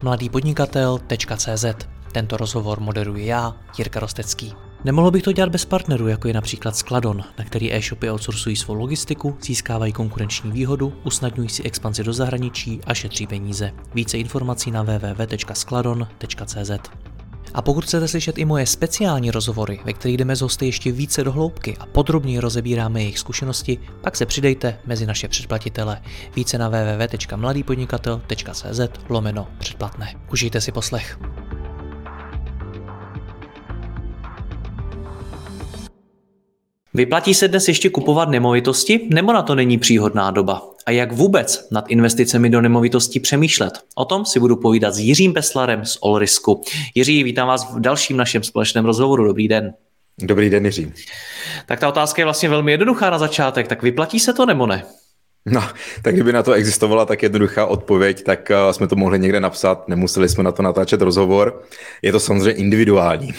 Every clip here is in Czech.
mladýpodnikatel.cz. Tento rozhovor moderuji já, Jirka Rostecký. Nemohl bych to dělat bez partnerů, jako je například Skladon, na který e-shopy outsourcují svou logistiku, získávají konkurenční výhodu, usnadňují si expanzi do zahraničí a šetří peníze. Více informací na www.skladon.cz. A pokud chcete slyšet i moje speciální rozhovory, ve kterých jdeme s hosty ještě více do hloubky a podrobněji rozebíráme jejich zkušenosti, pak se přidejte mezi naše předplatitele. Více na www.mladýpodnikatel.cz/předplatné. Užijte si poslech. Vyplatí se dnes ještě kupovat nemovitosti, nebo na to není příhodná doba? A jak vůbec nad investicemi do nemovitostí přemýšlet? O tom si budu povídat s Jiřím Peslarem z Allrisku. Jiří, vítám vás v dalším našem společném rozhovoru. Dobrý den. Dobrý den, Jiří. Tak ta otázka je vlastně velmi jednoduchá na začátek. Tak vyplatí se to nebo ne? No, tak kdyby na to existovala tak jednoduchá odpověď, tak jsme to mohli někde napsat, nemuseli jsme na to natáčet rozhovor. Je to samozřejmě individuální.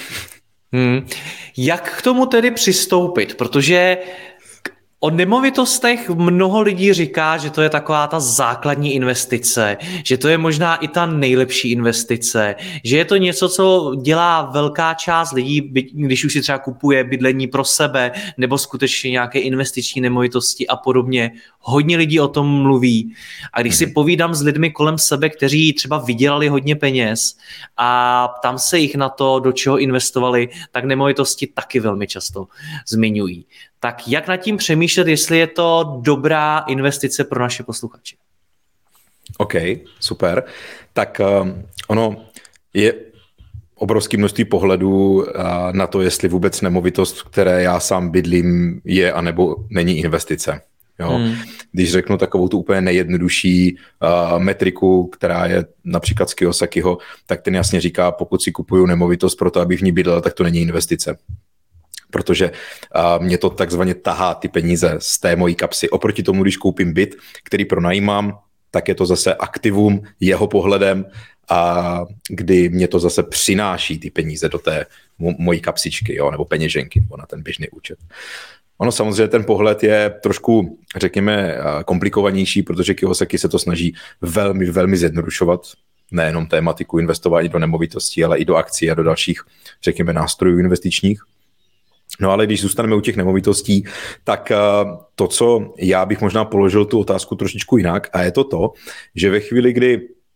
Jak k tomu tedy přistoupit? Protože o nemovitostech mnoho lidí říká, že to je taková ta základní investice, že to je možná i ta nejlepší investice, že je to něco, co dělá velká část lidí, když už si třeba kupuje bydlení pro sebe nebo skutečně nějaké investiční nemovitosti a podobně. Hodně lidí o tom mluví. A když si povídám s lidmi kolem sebe, kteří třeba vydělali hodně peněz a ptám se jich na to, do čeho investovali, tak nemovitosti taky velmi často zmiňují. Tak jak nad tím přemýšlet, jestli je to dobrá investice pro naše posluchače? OK, super. Tak ono je obrovské množství pohledů na to, jestli vůbec nemovitost, v které já sám bydlím, je anebo není investice. Jo? Když řeknu takovou tu úplně nejjednodušší metriku, která je například z Kiyosakiho, tak ten jasně říká, pokud si kupuju nemovitost pro to, abych v ní bydlel, tak to není investice. Protože mě to takzvaně tahá ty peníze z té mojí kapsy. Oproti tomu, když koupím byt, který pronajímám, tak je to zase aktivum jeho pohledem, a kdy mě to zase přináší ty peníze do té mojí kapsičky, jo, nebo peněženky, nebo na ten běžný účet. Ono samozřejmě ten pohled je trošku, řekněme, komplikovanější, protože Kiyosaki se to snaží velmi, velmi zjednodušovat, nejenom tématiku investování do nemovitostí, ale i do akcí a do dalších, řekněme, nástrojů investičních. No ale když zůstaneme u těch nemovitostí, tak to, co já bych možná položil tu otázku trošičku jinak, a je to, že ve chvíli, kdy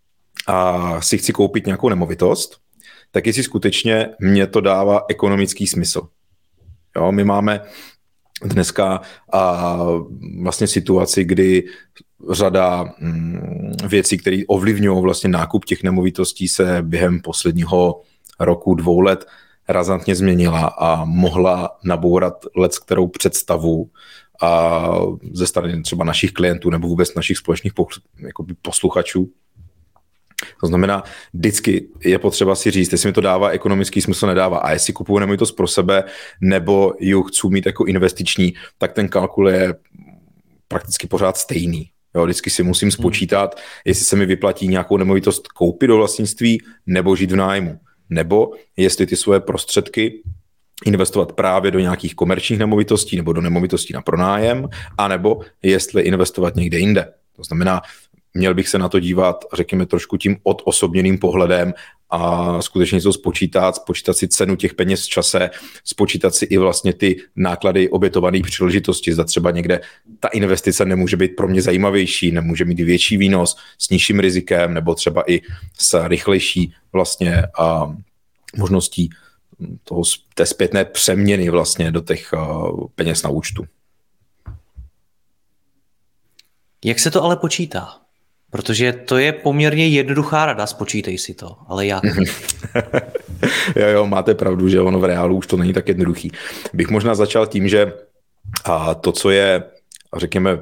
si chci koupit nějakou nemovitost, tak jestli skutečně mě to dává ekonomický smysl. Jo, my máme dneska vlastně situaci, kdy řada věcí, které ovlivňují vlastně nákup těch nemovitostí, se během posledního roku, 2 let razantně změnila a mohla nabourat kterou představu ze strany třeba našich klientů nebo vůbec našich společných posluchačů. To znamená, vždycky je potřeba si říct, jestli mi to dává ekonomický smysl, nedává. A jestli kupuju nemovitost pro sebe nebo ji chci mít jako investiční, tak ten kalkul je prakticky pořád stejný. Jo, vždycky si musím spočítat, jestli se mi vyplatí nějakou nemovitost koupit do vlastnictví nebo žít v nájmu. Nebo jestli ty svoje prostředky investovat právě do nějakých komerčních nemovitostí nebo do nemovitostí na pronájem, anebo jestli investovat někde jinde. To znamená, měl bych se na to dívat, řekněme, trošku tím odosobněným pohledem a skutečně to spočítat si cenu těch peněz v čase, spočítat si i vlastně ty náklady obětovaných příležitostí. Zda třeba někde ta investice nemůže být pro mě zajímavější, nemůže mít větší výnos s nižším rizikem nebo třeba i s rychlejší vlastně možností té zpětné přeměny vlastně do těch peněz na účtu. Jak se to ale počítá? Protože to je poměrně jednoduchá rada, spočítej si to, ale jak? jo, máte pravdu, že ono v reálu už to není tak jednoduchý. Bych možná začal tím, že to, co je, řekněme,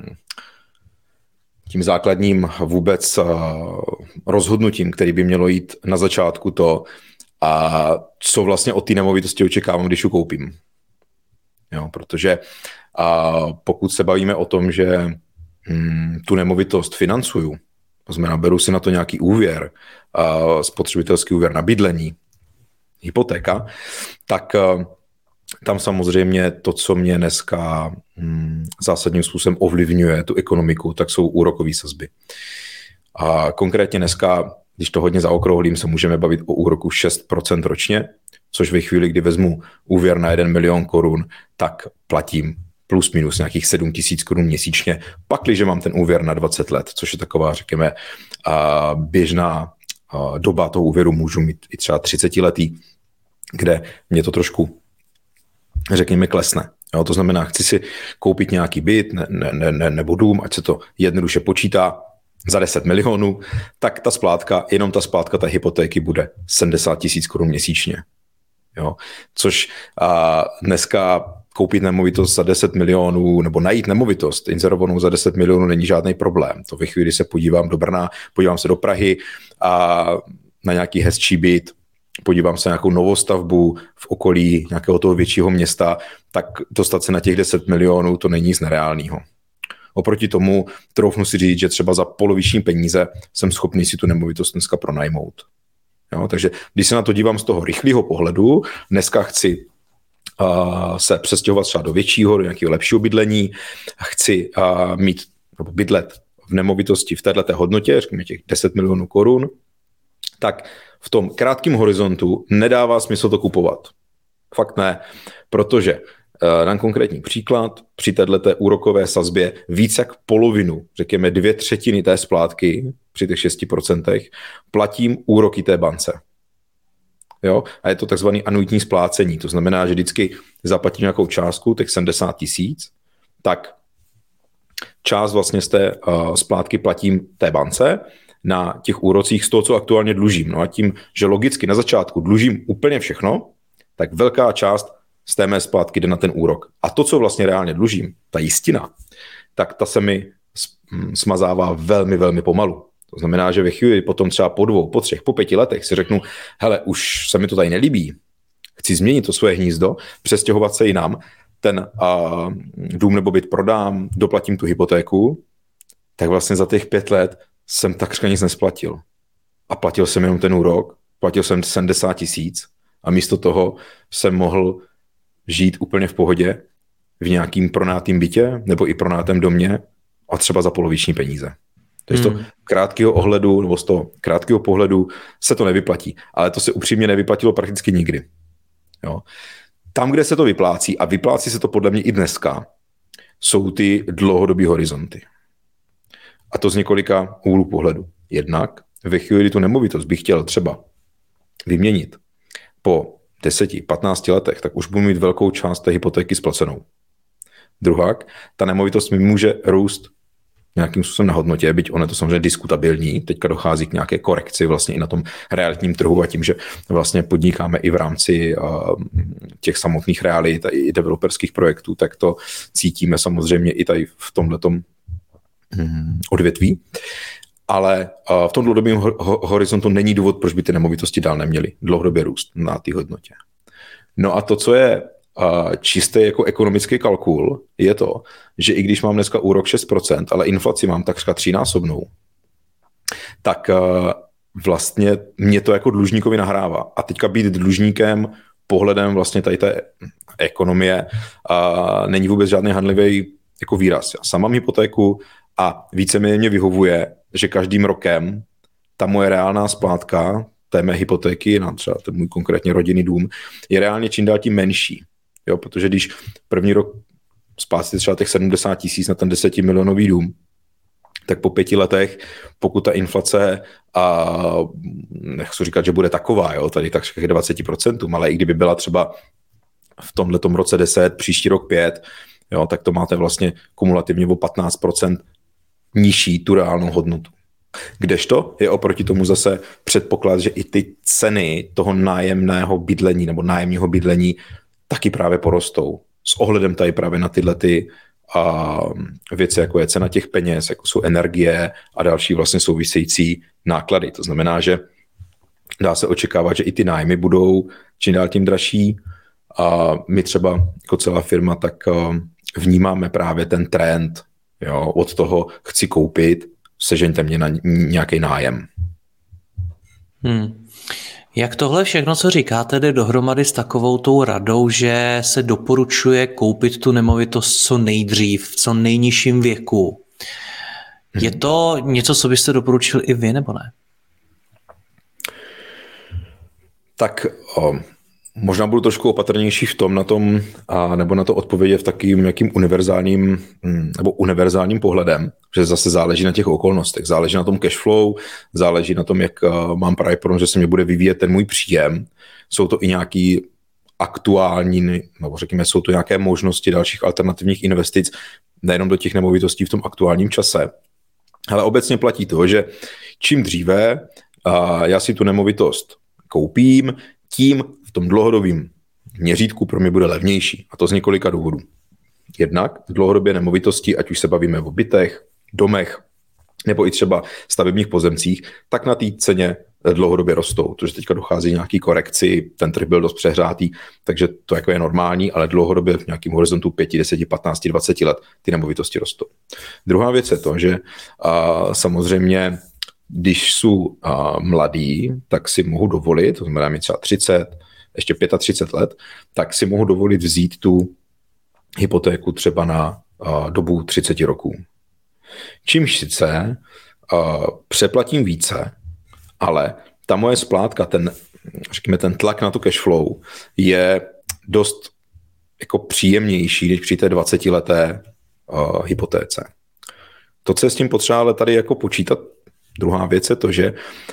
tím základním vůbec rozhodnutím, který by mělo jít na začátku co vlastně od té nemovitosti očekávám, když ji koupím. Jo, protože pokud se bavíme o tom, že tu nemovitost financuju, to znamená, beru si na to nějaký úvěr, spotřebitelský úvěr na bydlení, hypotéka, tak tam samozřejmě to, co mě dneska zásadním způsobem ovlivňuje tu ekonomiku, tak jsou úrokové sazby. A konkrétně dneska když to hodně zaokrouhlím, se můžeme bavit o úroku 6% ročně, což ve chvíli, kdy vezmu úvěr na 1 milion korun, tak platím plus minus nějakých 7 000 korun měsíčně, pakliže mám ten úvěr na 20 let, což je taková, řekněme, běžná doba toho úvěru, můžu mít i třeba 30 letý, kde mě to trošku, řekněme, klesne. Jo, to znamená, chci si koupit nějaký byt nebo dům, ať se to jednoduše počítá za 10 milionů, tak ta splátka, jenom ta splátka té hypotéky bude 70 000 korun měsíčně. Jo, což dneska koupit nemovitost za 10 milionů nebo najít nemovitost inzerovanou za 10 milionů není žádný problém. To ve chvíli se podívám do Brna, podívám se do Prahy a na nějaký hezčí byt, podívám se na nějakou novostavbu v okolí nějakého toho většího města, tak dostat se na těch 10 milionů, to není nic nereálného. Oproti tomu troufnu si říct, že třeba za poloviční peníze jsem schopný si tu nemovitost dneska pronajmout. Jo, takže když se na to dívám z toho rychlého pohledu, dneska chci se přestěhovat třeba do většího, do nějakého lepšího bydlení, chci mít nebo bydlet v nemovitosti v této hodnotě, řekněme těch 10 milionů korun, tak v tom krátkém horizontu nedává smysl to kupovat. Fakt ne, protože dám konkrétní příklad, při této úrokové sazbě víc jak polovinu, řekněme 2/3 té splátky při těch 6% platím úroky té bance. Jo? A je to takzvané anuitní splácení, to znamená, že vždycky zaplatím nějakou částku, těch 70 000, tak část vlastně z té splátky platím té bance na těch úrocích z toho, co aktuálně dlužím. No a tím, že logicky na začátku dlužím úplně všechno, tak velká část z té mé splátky jde na ten úrok. A to, co vlastně reálně dlužím, ta jistina, tak ta se mi smazává velmi, velmi pomalu. To znamená, že ve chvíli potom třeba po 2, po 3, po 5 letech si řeknu, hele, už se mi to tady nelíbí, chci změnit to svoje hnízdo, přestěhovat se jinam, ten dům nebo byt prodám, doplatím tu hypotéku, tak vlastně za těch 5 let jsem takřka nic nesplatil. A platil jsem jenom ten úrok, platil jsem 70 000 a místo toho jsem mohl žít úplně v pohodě v nějakým pronátým bytě nebo i pronátém domě a třeba za poloviční peníze. Takže z toho krátkého ohledu nebo z toho krátkého pohledu se to nevyplatí. Ale to se upřímně nevyplatilo prakticky nikdy. Jo. Tam, kde se to vyplácí, a vyplácí se to podle mě i dneska, jsou ty dlouhodobý horizonty. A to z několika úhlů pohledu. Jednak ve chvíli, kdy tu nemovitost bych chtěl třeba vyměnit po 10-15 letech, tak už budu mít velkou část té hypotéky splacenou. Druhák, ta nemovitost mi může růst nějakým způsobem na hodnotě, byť ono je to samozřejmě diskutabilní, teďka dochází k nějaké korekci vlastně i na tom realitním trhu a tím, že vlastně podnikáme i v rámci těch samotných realit a i developerských projektů, tak to cítíme samozřejmě i tady v tomhletom odvětví. Ale v tom dlouhodobém horizontu není důvod, proč by ty nemovitosti dál neměly dlouhodobě růst na té hodnotě. No a to, co je čistý jako ekonomický kalkul, je to, že i když mám dneska úrok 6%, ale inflaci mám takřka 3násobnou, tak vlastně mě to jako dlužníkovi nahrává. A teďka být dlužníkem pohledem vlastně tady té ekonomie není vůbec žádný handlivý jako výraz. Já sám mám hypotéku a víceméně mě vyhovuje, že každým rokem ta moje reálná splátka té mé hypotéky na třeba ten můj konkrétně rodinný dům je reálně čím dál tím menší. Jo, protože když první rok splácíte třeba těch 70 000 na ten 10 milionový dům, tak po 5 letech, pokud ta inflace, nechci říkat, že bude taková, jo, tady tak 20%, ale i kdyby byla třeba v tomhletom roce 10, příští rok 5, jo, tak to máte vlastně kumulativně o 15% nižší tu reálnou hodnotu. Kdežto je oproti tomu zase předpoklad, že i ty ceny toho nájemného bydlení nebo nájemního bydlení taky právě porostou. S ohledem tady právě na tyhle věci, jako je cena těch peněz, jako jsou energie a další vlastně související náklady. To znamená, že dá se očekávat, že i ty nájmy budou čím dál tím dražší. A my třeba jako celá firma tak vnímáme právě ten trend, jo, od toho chci koupit, sežeňte mě na nějaký nájem. Jak tohle všechno, co říkáte, jde dohromady s takovou tou radou, že se doporučuje koupit tu nemovitost co nejdřív, v co nejnižším věku? Je to něco, co byste doporučil i vy, nebo ne? Tak možná budu trošku opatrnější v tom, nebo na to odpovědět v takým nějakým univerzálním pohledem, že zase záleží na těch okolnostech, záleží na tom cash flow, záleží na tom, jak mám pravděpodobnost, že se mě bude vyvíjet ten můj příjem. Jsou to i nějaký aktuální, nebo řekněme, jsou to nějaké možnosti dalších alternativních investic, nejenom do těch nemovitostí v tom aktuálním čase. Ale obecně platí to, že čím dříve já si tu nemovitost koupím, tím v tom dlouhodobém měřítku pro mě bude levnější. A to z několika důvodů. Jednak dlouhodobě nemovitosti, ať už se bavíme o bytech, domech, nebo i třeba stavebních pozemcích, tak na té ceně dlouhodobě rostou. To, že teďka dochází nějaký korekci, ten trh byl dost přehrátý, takže to jako je normální, ale dlouhodobě v nějakém horizontu 5, 10, 15, 20 let ty nemovitosti rostou. Druhá věc je to, že samozřejmě když jsou mladý, tak si mohu dovolit, to znamená mi třeba 30, ještě 35 let, tak si mohu dovolit vzít tu hypotéku třeba na dobu 30 roků. Čímž sice přeplatím více, ale ta moje splátka, ten tlak na tu cash flow je dost jako příjemnější, než při té 20leté hypotéce. To, co je s tím potřeba ale tady jako počítat, druhá věc je to, že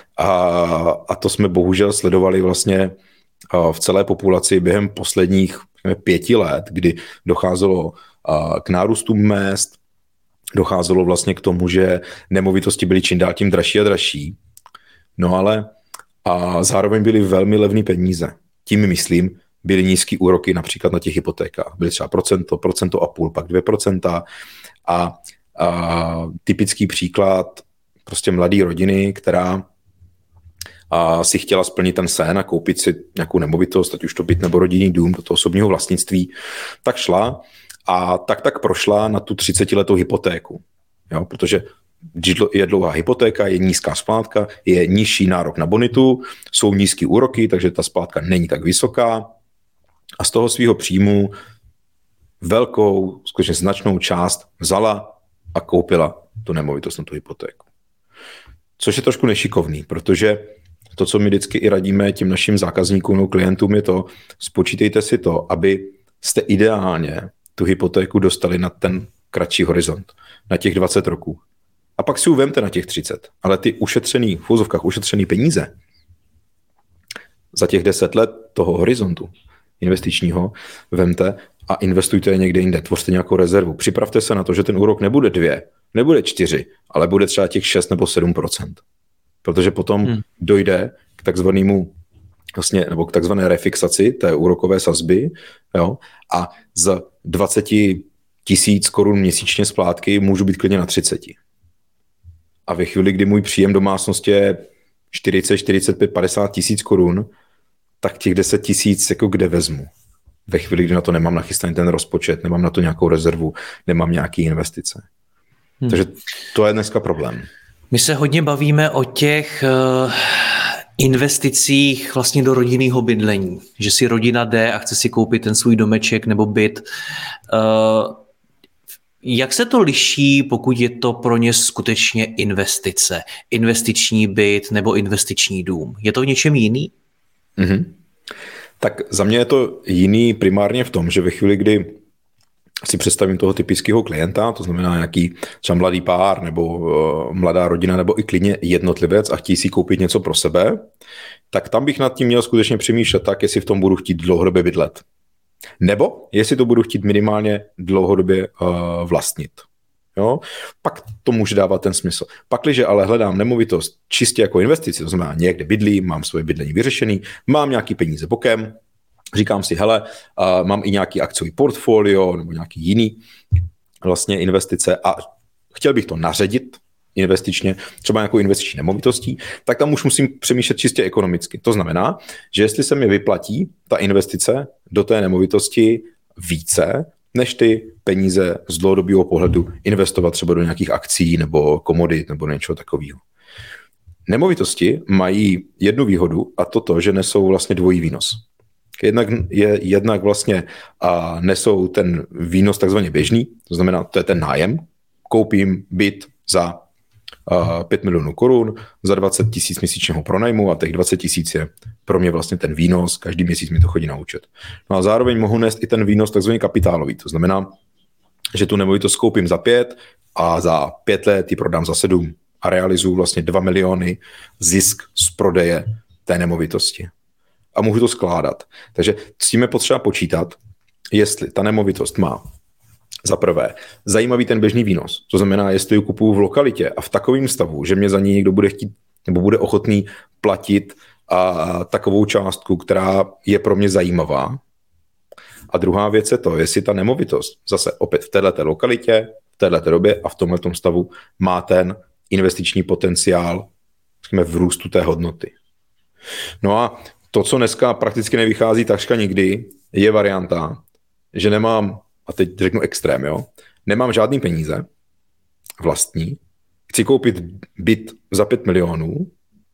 a to jsme bohužel sledovali vlastně v celé populaci během posledních 5 let, kdy docházelo k nárůstu mezd, docházelo vlastně k tomu, že nemovitosti byly čím dál tím dražší a dražší. No ale zároveň byly velmi levné peníze. Tím myslím, byly nízké úroky například na těch hypotékách. Byly třeba procento a půl, pak 2%. A typický příklad prostě mladé rodiny, která si chtěla splnit ten sen a koupit si nějakou nemovitost, ať už to byt nebo rodinný dům, do toho osobního vlastnictví, tak šla a tak prošla na tu 30letou hypotéku. Jo, protože je dlouhá hypotéka, je nízká splátka, je nižší nárok na bonitu, jsou nízké úroky, takže ta splátka není tak vysoká a z toho svého příjmu velkou, skutečně značnou část vzala a koupila tu nemovitost na tu hypotéku. Což je trošku nešikovný, protože to, co my vždycky i radíme těm našim zákazníkům nebo klientům, je to, spočítejte si to, aby jste ideálně tu hypotéku dostali na ten kratší horizont, na těch 20 roků. A pak si uvemte na těch 30. Ale ty ušetřený, v úzovkách ušetřený peníze za těch 10 let toho horizontu investičního vemte a investujte je někde jinde. Tvořte nějakou rezervu. Připravte se na to, že ten úrok nebude 2, nebude 4, ale bude třeba těch 6 nebo 7%. Protože potom dojde k takzvanému vlastně, nebo k takzvané refixaci té úrokové sazby, jo, a z 20 000 korun měsíčně splátky můžu být klidně na 30. A ve chvíli, kdy můj příjem domácnosti je 40, 45, 50 tisíc korun, tak těch 10 000 jako kde vezmu? Ve chvíli, kdy na to nemám nachystaný ten rozpočet, nemám na to nějakou rezervu, nemám nějaké investice. Takže to je dneska problém. My se hodně bavíme o těch investicích vlastně do rodinného bydlení, že si rodina jde a chce si koupit ten svůj domeček nebo byt. Jak se to liší, pokud je to pro ně skutečně investice? Investiční byt nebo investiční dům? Je to v něčem jiný? Mm-hmm. Tak za mě je to jiný primárně v tom, že ve chvíli, kdy si představím toho typického klienta, to znamená nějaký třeba mladý pár nebo mladá rodina nebo i klidně jednotlivec a chtějí si koupit něco pro sebe, tak tam bych nad tím měl skutečně přemýšlet tak, jestli v tom budu chtít dlouhodobě bydlet. Nebo jestli to budu chtít minimálně dlouhodobě vlastnit. Jo? Pak to může dávat ten smysl. Pakliže ale hledám nemovitost čistě jako investici, to znamená někde bydlím, mám svoje bydlení vyřešený, mám nějaký peníze bokem, říkám si, hele, mám i nějaký akciový portfolio nebo nějaký jiný vlastně investice a chtěl bych to naředit investičně, třeba nějakou investiční nemovitostí, tak tam už musím přemýšlet čistě ekonomicky. To znamená, že jestli se mi vyplatí ta investice do té nemovitosti více, než ty peníze z dlouhodobého pohledu investovat třeba do nějakých akcí nebo komodit nebo něčeho takového. Nemovitosti mají jednu výhodu a to, že nesou vlastně dvojí výnos. Jednak vlastně nesou ten výnos takzvaně běžný, to znamená, to je ten nájem. Koupím byt za 5 milionů korun, za 20 000 měsíčního pronajmu a těch 20 000 je pro mě vlastně ten výnos, každý měsíc mi to chodí na účet. No a zároveň mohu nést i ten výnos takzvaný kapitálový, to znamená, že tu nemovitost koupím za 5 a za 5 let ji prodám za 7 a realizuju vlastně 2 miliony zisk z prodeje té nemovitosti. A můžu to skládat. Takže s tím je potřeba počítat, jestli ta nemovitost má za prvé zajímavý ten běžný výnos. To znamená, jestli ji kupuju v lokalitě a v takovém stavu, že mě za ní někdo bude chtít nebo bude ochotný platit takovou částku, která je pro mě zajímavá. A druhá věc je to, jestli ta nemovitost zase opět v této lokalitě, v této době a v tomhletom stavu má ten investiční potenciál v růstu té hodnoty. No a to, co dneska prakticky nevychází takřka nikdy, je varianta, že nemám, a teď řeknu extrém, jo, nemám žádný peníze vlastní, chci koupit byt za 5 milionů,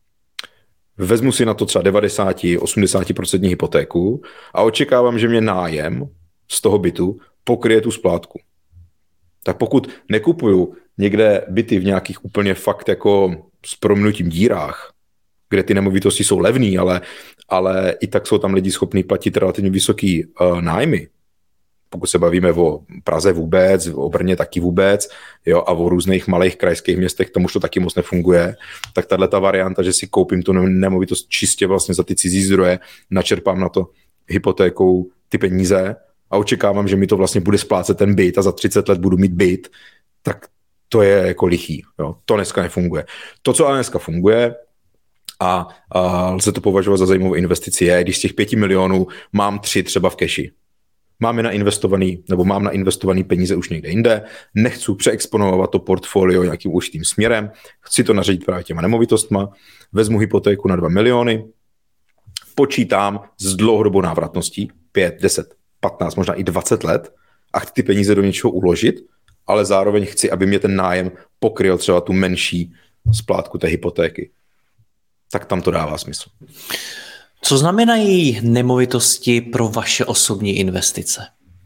vezmu si na to třeba 90-80% hypotéku a očekávám, že mě nájem z toho bytu pokryje tu splátku. Tak pokud nekupuju někde byty v nějakých úplně fakt jako s prominutím dírách, kde ty nemovitosti jsou levný, ale i tak jsou tam lidi schopní platit relativně vysoký nájmy. Pokud se bavíme o Praze vůbec, o Brně taky vůbec, jo, a o různých malých krajských městech, tomu už to taky moc nefunguje, tak tato varianta, že si koupím tu nemovitost čistě vlastně za ty cizí zdroje, načerpám na to hypotékou ty peníze a očekávám, že mi to vlastně bude splácet ten byt a za 30 let budu mít byt, tak to je jako lichý. Jo. To dneska nefunguje. To, co ale dneska funguje, a lze to považovat za zajímavou investici, je, když z těch 5 milionů mám 3 třeba v keši. Mám nainvestovaný peníze už někde jinde, nechci přeexponovat to portfolio nějakým určitým směrem, chci to naředit právě těma nemovitostma, vezmu hypotéku na 2 miliony, počítám s dlouhodobou návratností 5, 10, 15, možná i 20 let a chci ty peníze do něčeho uložit, ale zároveň chci, aby mě ten nájem pokryl třeba tu menší splátku té hypotéky. Tak tam to dává smysl. Co znamenají nemovitosti pro vaše osobní investice?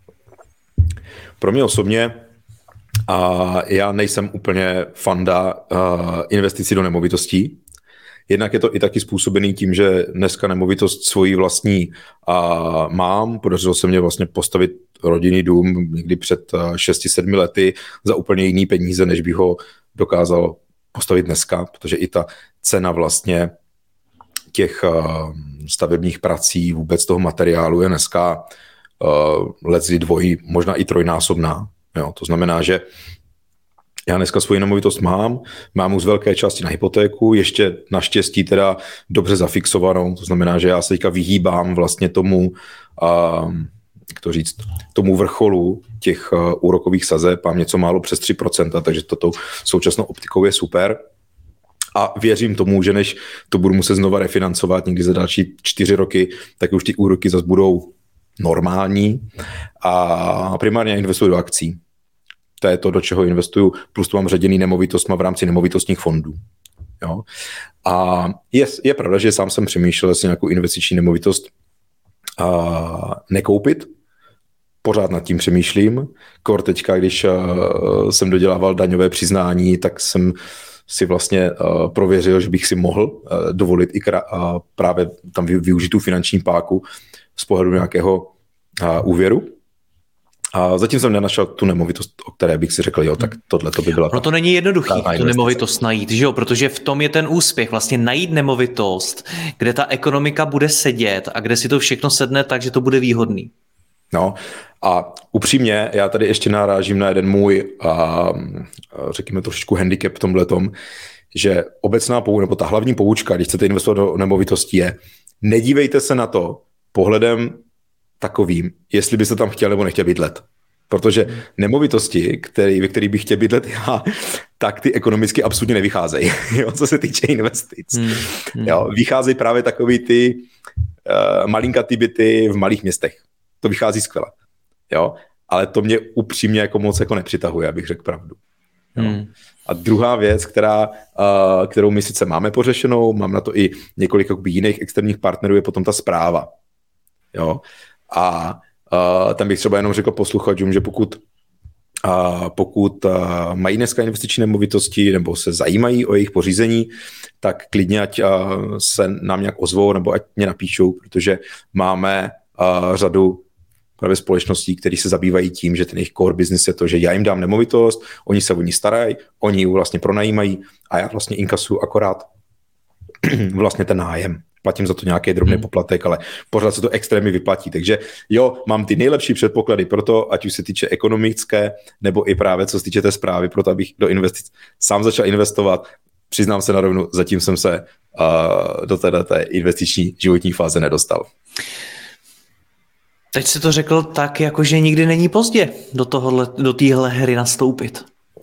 Pro mě osobně, já nejsem úplně fanda investicí do nemovitostí. Jednak je to i taky způsobený tím, že dneska nemovitost svoji vlastní mám. Podařilo se mě vlastně postavit rodinný dům někdy před 6-7 lety za úplně jiný peníze, než bych ho dokázal postavit dneska, protože i ta cena vlastně těch stavebních prací, vůbec toho materiálu je dneska leckdy dvojí, možná i trojnásobná. Jo, to znamená, že já dneska svoji nemovitost mám už z velké části na hypotéku, ještě naštěstí teda dobře zafixovanou, to znamená, že já se teďka vyhýbám vlastně tomu, tomu vrcholu těch úrokových sazeb, mám něco málo přes 3%, takže toto současnou optikou je super. A věřím tomu, že než to budu muset znova refinancovat někdy za další 4 roky, tak už ty úroky zase budou normální a primárně investuju do akcí. To je to, do čeho investuju, plus to mám ředěný nemovitostma v rámci nemovitostních fondů. Jo? A je pravda, že sám jsem přemýšlel, jestli nějakou investiční nemovitost nekoupit. Pořád nad tím přemýšlím. Kor teďka, když jsem dodělával daňové přiznání, tak jsem si vlastně prověřil, že bych si mohl dovolit i právě tam využít tu finanční páku z pohledu nějakého úvěru. A zatím jsem nenašel tu nemovitost, o které bych si řekl, jo, tak tohle to by byla... No to není jednoduchý, tu nemovitost najít, že jo, protože v tom je ten úspěch, vlastně najít nemovitost, kde ta ekonomika bude sedět a kde si to všechno sedne tak, že to bude výhodný. No a upřímně, já tady ještě narážím na jeden můj, řekněme trošičku handicap v tomhletom, že obecná poučka, nebo ta hlavní poučka, když chcete investovat do nemovitosti, je, nedívejte se na to pohledem takovým, jestli byste tam chtěl nebo nechtěl bydlet. Protože nemovitosti, ve kterých bych chtěl bydlet já, tak ty ekonomicky absolutně nevycházejí, jo, co se týče investic. Jo, vycházejí právě takový ty malinkatý byty v malých městech. To vychází skvěle. Jo? Ale to mě upřímně jako moc jako nepřitahuje, abych řekl pravdu. Jo? A druhá věc, kterou my sice máme pořešenou, mám na to i několik jiných externích partnerů, je potom ta správa. Jo? A tam bych třeba jenom řekl posluchačům, že pokud A pokud mají dneska investiční nemovitosti nebo se zajímají o jejich pořízení, tak klidně ať se nám nějak ozvou nebo ať mě napíšou, protože máme řadu právě společností, které se zabývají tím, že ten jejich core business je to, že já jim dám nemovitost, oni se o ní starají, oni ji vlastně pronajímají a já vlastně inkasuju akorát vlastně ten nájem. Platím za to nějaký drobný poplatek, ale pořád se to extrémně vyplatí. Takže jo, mám ty nejlepší předpoklady pro to, ať už se týče ekonomické, nebo i právě co se týče té správy, pro to, abych do investic sám začal investovat. Přiznám se na rovnu, zatím jsem se do té investiční životní fáze nedostal. Teď jsi to řekl tak, jako že nikdy není pozdě do téhle hry nastoupit.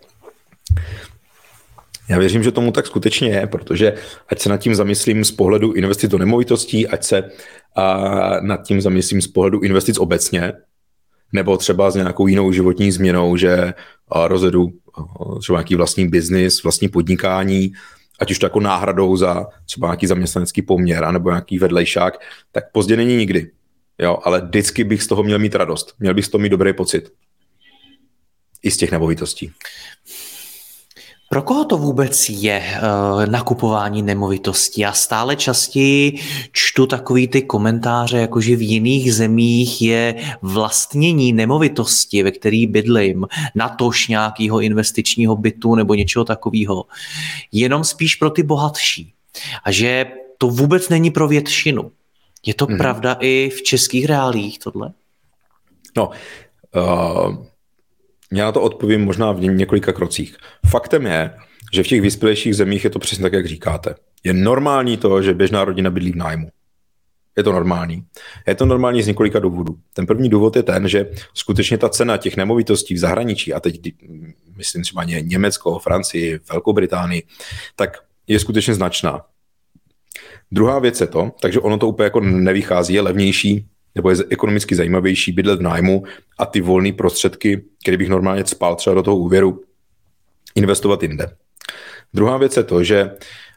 Já věřím, že tomu tak skutečně je, protože ať se nad tím zamyslím z pohledu investic do nemovitostí, ať se nad tím zamyslím z pohledu investic obecně, nebo třeba s nějakou jinou životní změnou, že rozjedu třeba nějaký vlastní biznis, vlastní podnikání, ať už to jako náhradou za třeba nějaký zaměstnanecký poměr nebo nějaký vedlejšák, tak pozdě není nikdy. Jo, ale vždycky bych z toho měl mít radost. Měl bych z toho mít dobrý pocit. I z těch nemovitostí. Pro koho to vůbec je nakupování nemovitostí? Já stále častěji čtu takový ty komentáře, jakože v jiných zemích je vlastnění nemovitosti, ve který bydlím, natož nějakého investičního bytu nebo něčeho takového, jenom spíš pro ty bohatší. A že to vůbec není pro většinu. Je to pravda i v českých reálích tohle? No, já na to odpovím možná v několika krocích. Faktem je, že v těch vyspělejších zemích je to přesně tak, jak říkáte. Je normální to, že běžná rodina bydlí v nájmu. Je to normální. Je to normální z několika důvodů. Ten první důvod je ten, že skutečně ta cena těch nemovitostí v zahraničí, a teď myslím třeba Německo, Francii, Velkou Británii, tak je skutečně značná. Druhá věc je to, takže ono to úplně jako nevychází, je levnější nebo je ekonomicky zajímavější bydlet v nájmu a ty volné prostředky, které bych normálně cpal třeba do toho úvěru, investovat jinde. Druhá věc je to, že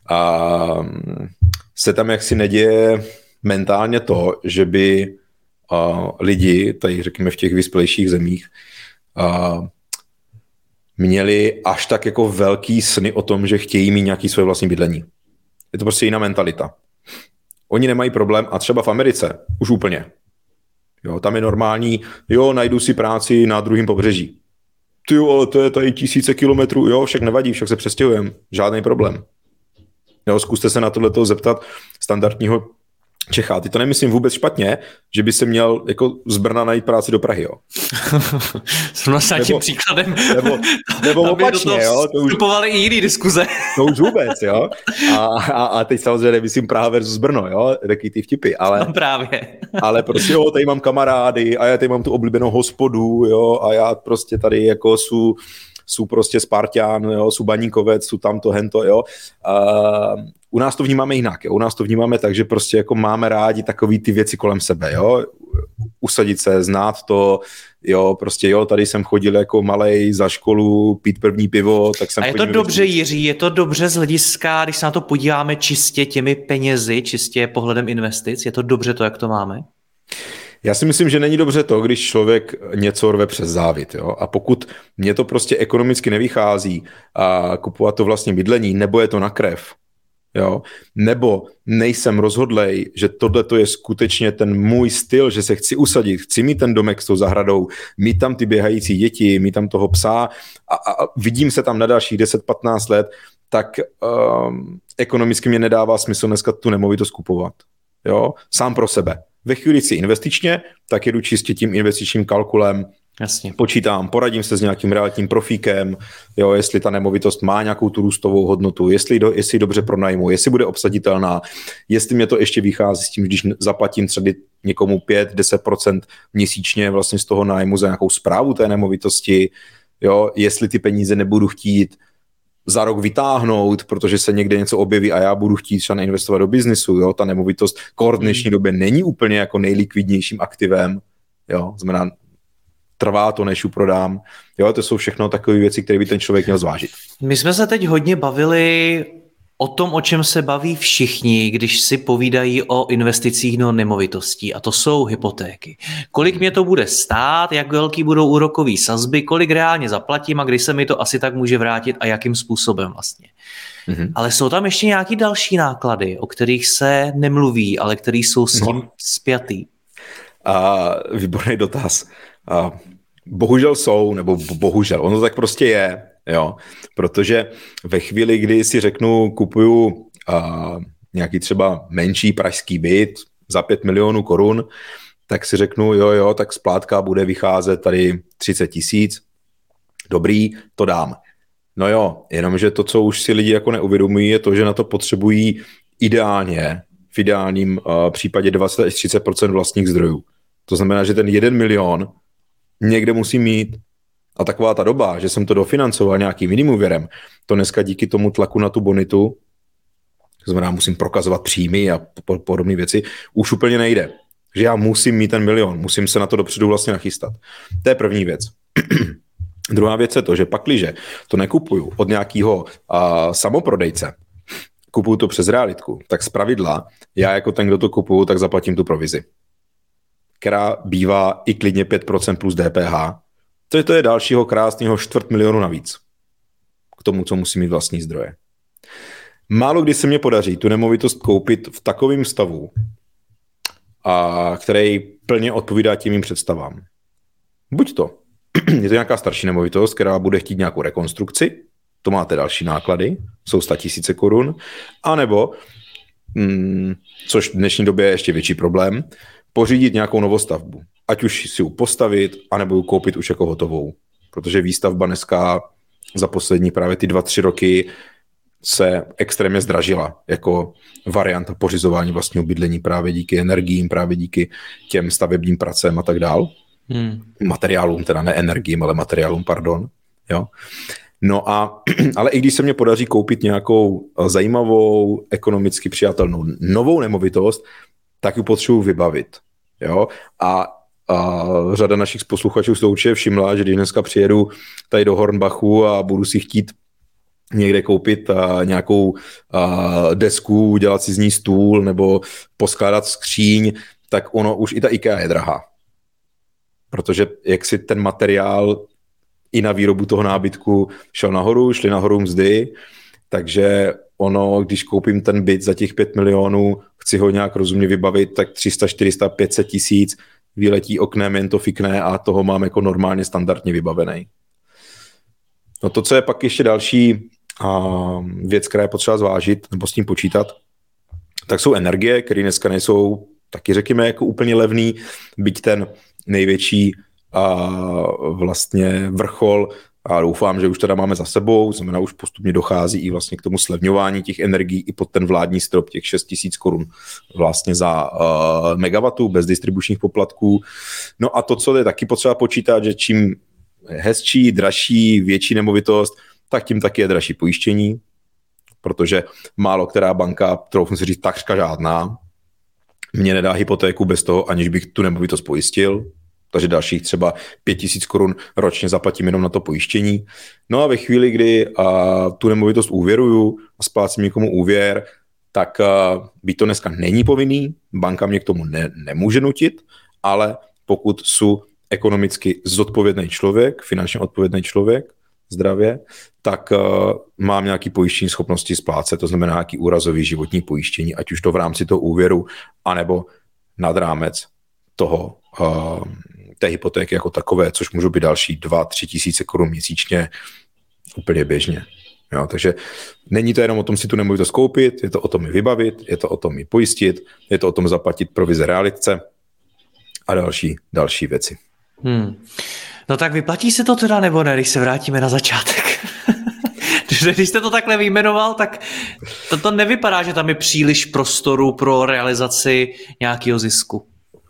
se tam jaksi neděje mentálně to, že by lidi, tady řekněme v těch vyspělejších zemích, měli až tak jako velký sny o tom, že chtějí mít nějaký svoje vlastní bydlení. Je to prostě jiná mentalita. Oni nemají problém a třeba v Americe už úplně. Jo, tam je normální, jo, najdu si práci na druhém pobřeží. Ty jo, ale to je tady 1000 kilometrů, jo, však nevadí, však se přestěhujeme, žádný problém. Jo, zkuste se na tohleto zeptat standardního Čecha. Ty to nemyslím vůbec špatně, že by se měl jako z Brna najít práci do Prahy, jo. Jsem tím příkladem. Nebo opačně, jo. To už vstupovaly i jiný diskuze. To už vůbec, jo. A teď samozřejmě nemyslím Praha versus Brno, jo. Taky ty vtipy, ale... No právě. Ale prostě jo, tady mám kamarády a já tady mám tu oblíbenou hospodu, jo, a já prostě tady jako jsou prostě Spartan, jo, jsou Baníkovec, jsou tamto, hento, jo. U nás to vnímáme jinak, jo. U nás to vnímáme tak, že prostě jako máme rádi takový ty věci kolem sebe, jo. Usadit se, znát to, jo, prostě jo, tady jsem chodil jako malej za školu, pít první pivo, tak jsem... A je to dobře, Jiří, je to dobře z hlediska, když se na to podíváme čistě těmi penězi, čistě pohledem investic, je to dobře to, jak to máme? Já si myslím, že není dobře to, když člověk něco rve přes závit. Jo? A pokud mě to prostě ekonomicky nevychází a kupovat to vlastní bydlení, nebo je to na krev, jo? Nebo nejsem rozhodlej, že tohle je skutečně ten můj styl, že se chci usadit, chci mít ten domek s tou zahradou, mít tam ty běhající děti, mít tam toho psa a vidím se tam na dalších 10-15 let, tak ekonomicky mě nedává smysl dneska tu nemovitost kupovat. Jo? Sám pro sebe. Ve chvíli si investičně, tak jedu čistě tím investičním kalkulem, jasně. Počítám, poradím se s nějakým realitním profíkem, jo, jestli ta nemovitost má nějakou tu růstovou hodnotu, jestli dobře pronajmu, jestli bude obsaditelná, jestli mě to ještě vychází s tím, když zaplatím třeba někomu 5-10% měsíčně vlastně z toho nájmu za nějakou správu té nemovitosti, jo, jestli ty peníze nebudu chtít za rok vytáhnout, protože se někde něco objeví a já budu chtít třeba investovat do biznisu, jo, ta nemovitost v dnešní době není úplně jako nejlikvidnějším aktivem, jo, znamená, trvá to, než ji prodám, jo, to jsou všechno takové věci, které by ten člověk měl zvážit. My jsme se teď hodně bavili o tom, o čem se baví všichni, když si povídají o investicích do nemovitostí, a to jsou hypotéky. Kolik mě to bude stát, jak velký budou úrokové sazby, kolik reálně zaplatím a kdy se mi to asi tak může vrátit a jakým způsobem vlastně. Ale jsou tam ještě nějaký další náklady, o kterých se nemluví, ale které jsou s tím spjatý. Výborný dotaz. Bohužel jsou, nebo bohužel, ono tak prostě je, jo, protože ve chvíli, kdy si řeknu, kupuju nějaký třeba menší pražský byt za 5 milionů korun, tak si řeknu, jo, tak splátka bude vycházet tady 30 000, dobrý, to dám. No jo, jenomže to, co už si lidi jako neuvědomují, je to, že na to potřebují ideálně, v ideálním případě 20-30% vlastních zdrojů. To znamená, že ten 1 milion někde musí mít. A taková ta doba, že jsem to dofinancoval nějakým jiným úvěrem, to dneska díky tomu tlaku na tu bonitu, to znamená, musím prokazovat příjmy a podobné věci, už úplně nejde. Že já musím mít ten milion, musím se na to dopředu vlastně nachystat. To je první věc. Druhá věc je to, že pakliže to nekupuju od nějakého samoprodejce, kupuju to přes realitku, tak zpravidla já jako ten, kdo to kupuju, tak zaplatím tu provizi, která bývá i klidně 5% plus DPH. To je dalšího krásného 250 000 navíc k tomu, co musí mít vlastní zdroje. Málo kdy se mě podaří tu nemovitost koupit v takovém stavu, který plně odpovídá tím mým představám. Buď to je to nějaká starší nemovitost, která bude chtít nějakou rekonstrukci, to máte další náklady, jsou 100 000 korun, anebo, což v dnešní době je ještě větší problém, pořídit nějakou novostavbu. Ať už si ji postavit, anebo ji koupit už jako hotovou. Protože výstavba dneska za poslední právě ty 2-3 roky se extrémně zdražila jako varianta pořizování vlastního bydlení právě díky energiím, právě díky těm stavebním pracem a tak dál. Materiálům, teda ne energiím, ale materiálům, pardon. Jo. No ale i když se mě podaří koupit nějakou zajímavou, ekonomicky přijatelnou novou nemovitost, tak ji potřebuji vybavit. Jo. A řada našich posluchačů se to určitě všimla, že když dneska přijedu tady do Hornbachu a budu si chtít někde koupit nějakou desku, udělat si z ní stůl nebo poskládat skříň, tak ono už i ta IKEA je drahá. Protože jak si ten materiál i na výrobu toho nábytku šly nahoru mzdy, takže ono, když koupím ten byt za těch 5 milionů, chci ho nějak rozumně vybavit, tak 300, 400, 500 tisíc vyletí oknem, jen to fikne a toho mám jako normálně standardně vybavený. No to, co je pak ještě další věc, která je potřeba zvážit nebo s tím počítat, tak jsou energie, které dneska nejsou taky řekněme jako úplně levný, byť ten největší vlastně vrchol a doufám, že už teda máme za sebou, znamená už postupně dochází i vlastně k tomu slevňování těch energií i pod ten vládní strop těch 6 000 korun vlastně za megawattu bez distribučních poplatků. No a to, co je taky potřeba počítat, že čím hezčí, dražší, větší nemovitost, tak tím taky je dražší pojištění, protože málo která banka, troufnu si říct takřka žádná, mě nedá hypotéku bez toho, aniž bych tu nemovitost pojistil, takže dalších třeba 5 000 korun ročně zaplatím jenom na to pojištění. No a ve chvíli, kdy tu nemovitost úvěruju a splácím někomu úvěr, tak byť to dneska není povinný, banka mě k tomu nemůže nutit, ale pokud jsou ekonomicky zodpovědný člověk, finančně odpovědný člověk, zdravě, tak mám nějaký pojištění schopnosti splácet, to znamená nějaký úrazový životní pojištění, ať už to v rámci toho úvěru, anebo nad rámec toho té hypotéky jako takové, což můžou být další 2-3 tisíce korun měsíčně úplně běžně. Jo, takže není to jenom o tom si tu nemovitost koupit, je to o tom ji vybavit, je to o tom ji pojistit, je to o tom zaplatit provize realitce a další věci. No tak vyplatí se to teda nebo ne, když se vrátíme na začátek? Když jste to takhle vyjmenoval, tak to nevypadá, že tam je příliš prostoru pro realizaci nějakého zisku.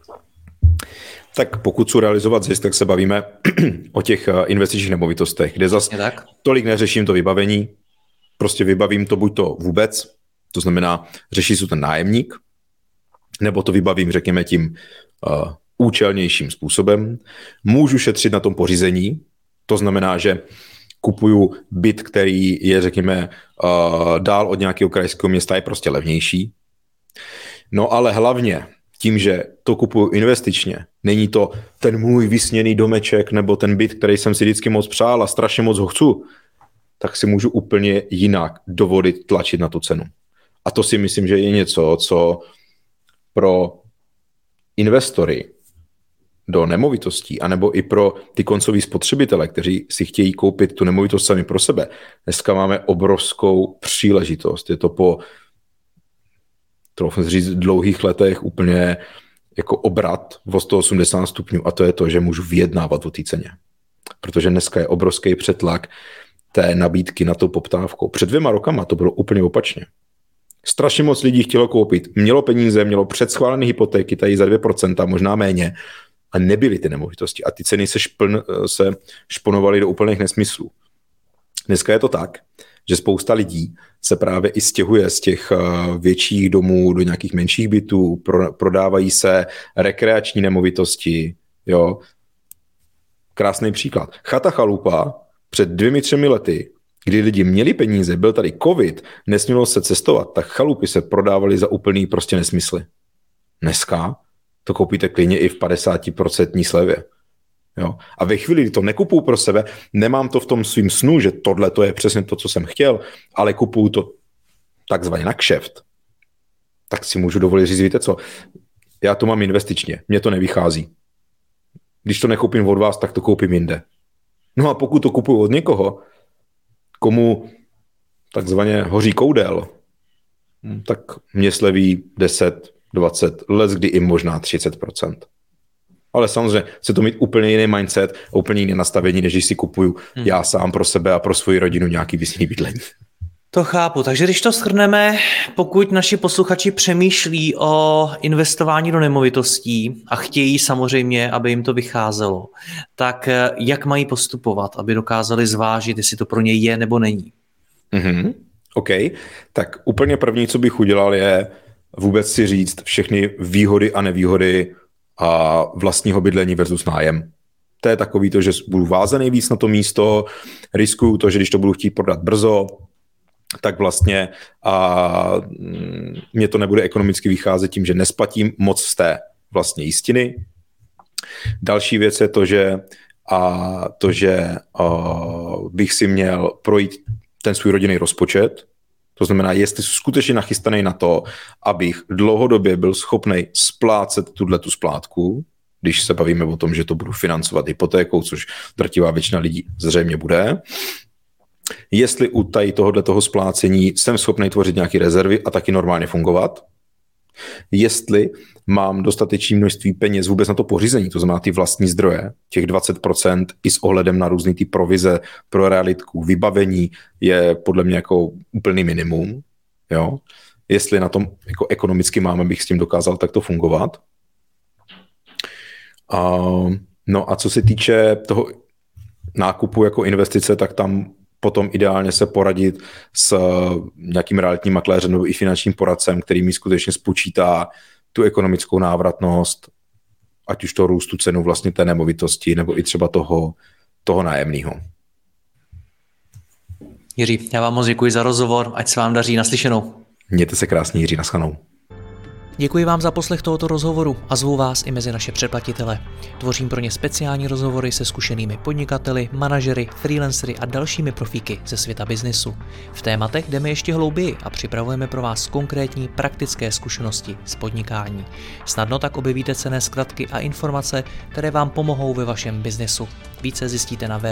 Tak pokud chci realizovat zisk, tak se bavíme o těch investičních nemovitostech, kde zase tolik neřeším to vybavení, prostě vybavím to buď to vůbec, to znamená řeší se ten nájemník, nebo to vybavím, řekněme, tím účelnějším způsobem. Můžu šetřit na tom pořízení, to znamená, že kupuju byt, který je, řekněme, dál od nějakého krajského města, je prostě levnější. No ale hlavně tím, že to kupuju investičně, není to ten můj vysněný domeček nebo ten byt, který jsem si vždycky moc přál a strašně moc ho chci, tak si můžu úplně jinak dovolit tlačit na tu cenu. A to si myslím, že je něco, co pro investory do nemovitostí, anebo i pro ty koncoví spotřebitele, kteří si chtějí koupit tu nemovitost sami pro sebe. Dneska máme obrovskou příležitost. Je to po, troufnu si říct, dlouhých letech úplně jako obrat o 180 stupňů a to je to, že můžu vyjednávat o té ceně. Protože dneska je obrovský přetlak té nabídky na tu poptávku. Před 2 rokama to bylo úplně opačně. Strašně moc lidí chtělo koupit, mělo peníze, mělo předschválené hypotéky tady za 2%, možná méně, a nebyly ty nemovitosti. A ty ceny se šponovaly do úplných nesmyslů. Dneska je to tak, že spousta lidí se právě i stěhuje z těch větších domů do nějakých menších bytů, prodávají se rekreační nemovitosti. Jo. Krásný příklad. Chata chalupa před 2-3 lety, kdy lidi měli peníze, byl tady covid, nesmělo se cestovat, tak chalupy se prodávaly za úplný prostě nesmysly. Dneska to koupíte klidně i v 50% slevě. Jo? A ve chvíli, kdy to nekupuju pro sebe, nemám to v tom svým snu, že tohle to je přesně to, co jsem chtěl, ale kupuju to takzvaně na kšeft, tak si můžu dovolit říct, víte co, já to mám investičně, mně to nevychází. Když to nekoupím od vás, tak to koupím jinde. No a pokud to kupuju od někoho, komu takzvaně hoří koudel, tak mě sleví 10, 20, leckdy i možná 30%. Ale samozřejmě chce to mít úplně jiný mindset, úplně jiné nastavení, než když si kupuju já sám pro sebe a pro svoji rodinu nějaký vysněný bydlení. To chápu. Takže když to shrneme, pokud naši posluchači přemýšlí o investování do nemovitostí a chtějí samozřejmě, aby jim to vycházelo, tak jak mají postupovat, aby dokázali zvážit, jestli to pro ně je nebo není? OK. Tak úplně první, co bych udělal, je vůbec si říct všechny výhody a nevýhody a vlastního bydlení versus nájem. To je takový to, že budu vázaný víc na to místo, riskuju to, že když to budu chtít prodat brzo, tak vlastně mě to nebude ekonomicky vycházet tím, že nesplatím moc z té vlastní jistiny. Další věc je to, že bych si měl projít ten svůj rodinný rozpočet. To znamená, jestli jsem skutečně nachystaný na to, abych dlouhodobě byl schopný splácet tu splátku, když se bavíme o tom, že to budu financovat hypotékou, což drtivá většina lidí zřejmě bude. Jestli u tohoto splácení jsem schopný tvořit nějaké rezervy a taky normálně fungovat. Jestli mám dostatečné množství peněz vůbec na to pořízení, to znamená ty vlastní zdroje, těch 20% i s ohledem na různý ty provize pro realitku, vybavení je podle mě jako úplný minimum. Jo? Jestli na tom jako ekonomicky mám, abych s tím dokázal takto fungovat. No a co se týče toho nákupu jako investice, tak tam potom ideálně se poradit s nějakým realitním makléřem nebo i finančním poradcem, který mi skutečně spočítá tu ekonomickou návratnost, ať už toho růstu cenu vlastně té nemovitosti, nebo i třeba toho nájemného. Jiří, já vám moc děkuji za rozhovor, ať se vám daří, naslyšenou. Mějte se krásně, Jiří, naschledanou. Děkuji vám za poslech tohoto rozhovoru a zvu vás i mezi naše předplatitele. Tvořím pro ně speciální rozhovory se zkušenými podnikateli, manažery, freelancery a dalšími profíky ze světa biznisu. V tématech jdeme ještě hlouběji a připravujeme pro vás konkrétní praktické zkušenosti z podnikání. Snadno tak objevíte cenné zkratky a informace, které vám pomohou ve vašem biznisu. Více zjistíte na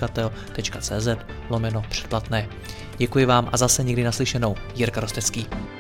www.mladýpodnikatel.cz/předplatné. Děkuji vám a zase někdy naslyšenou. Jirka Rostecký.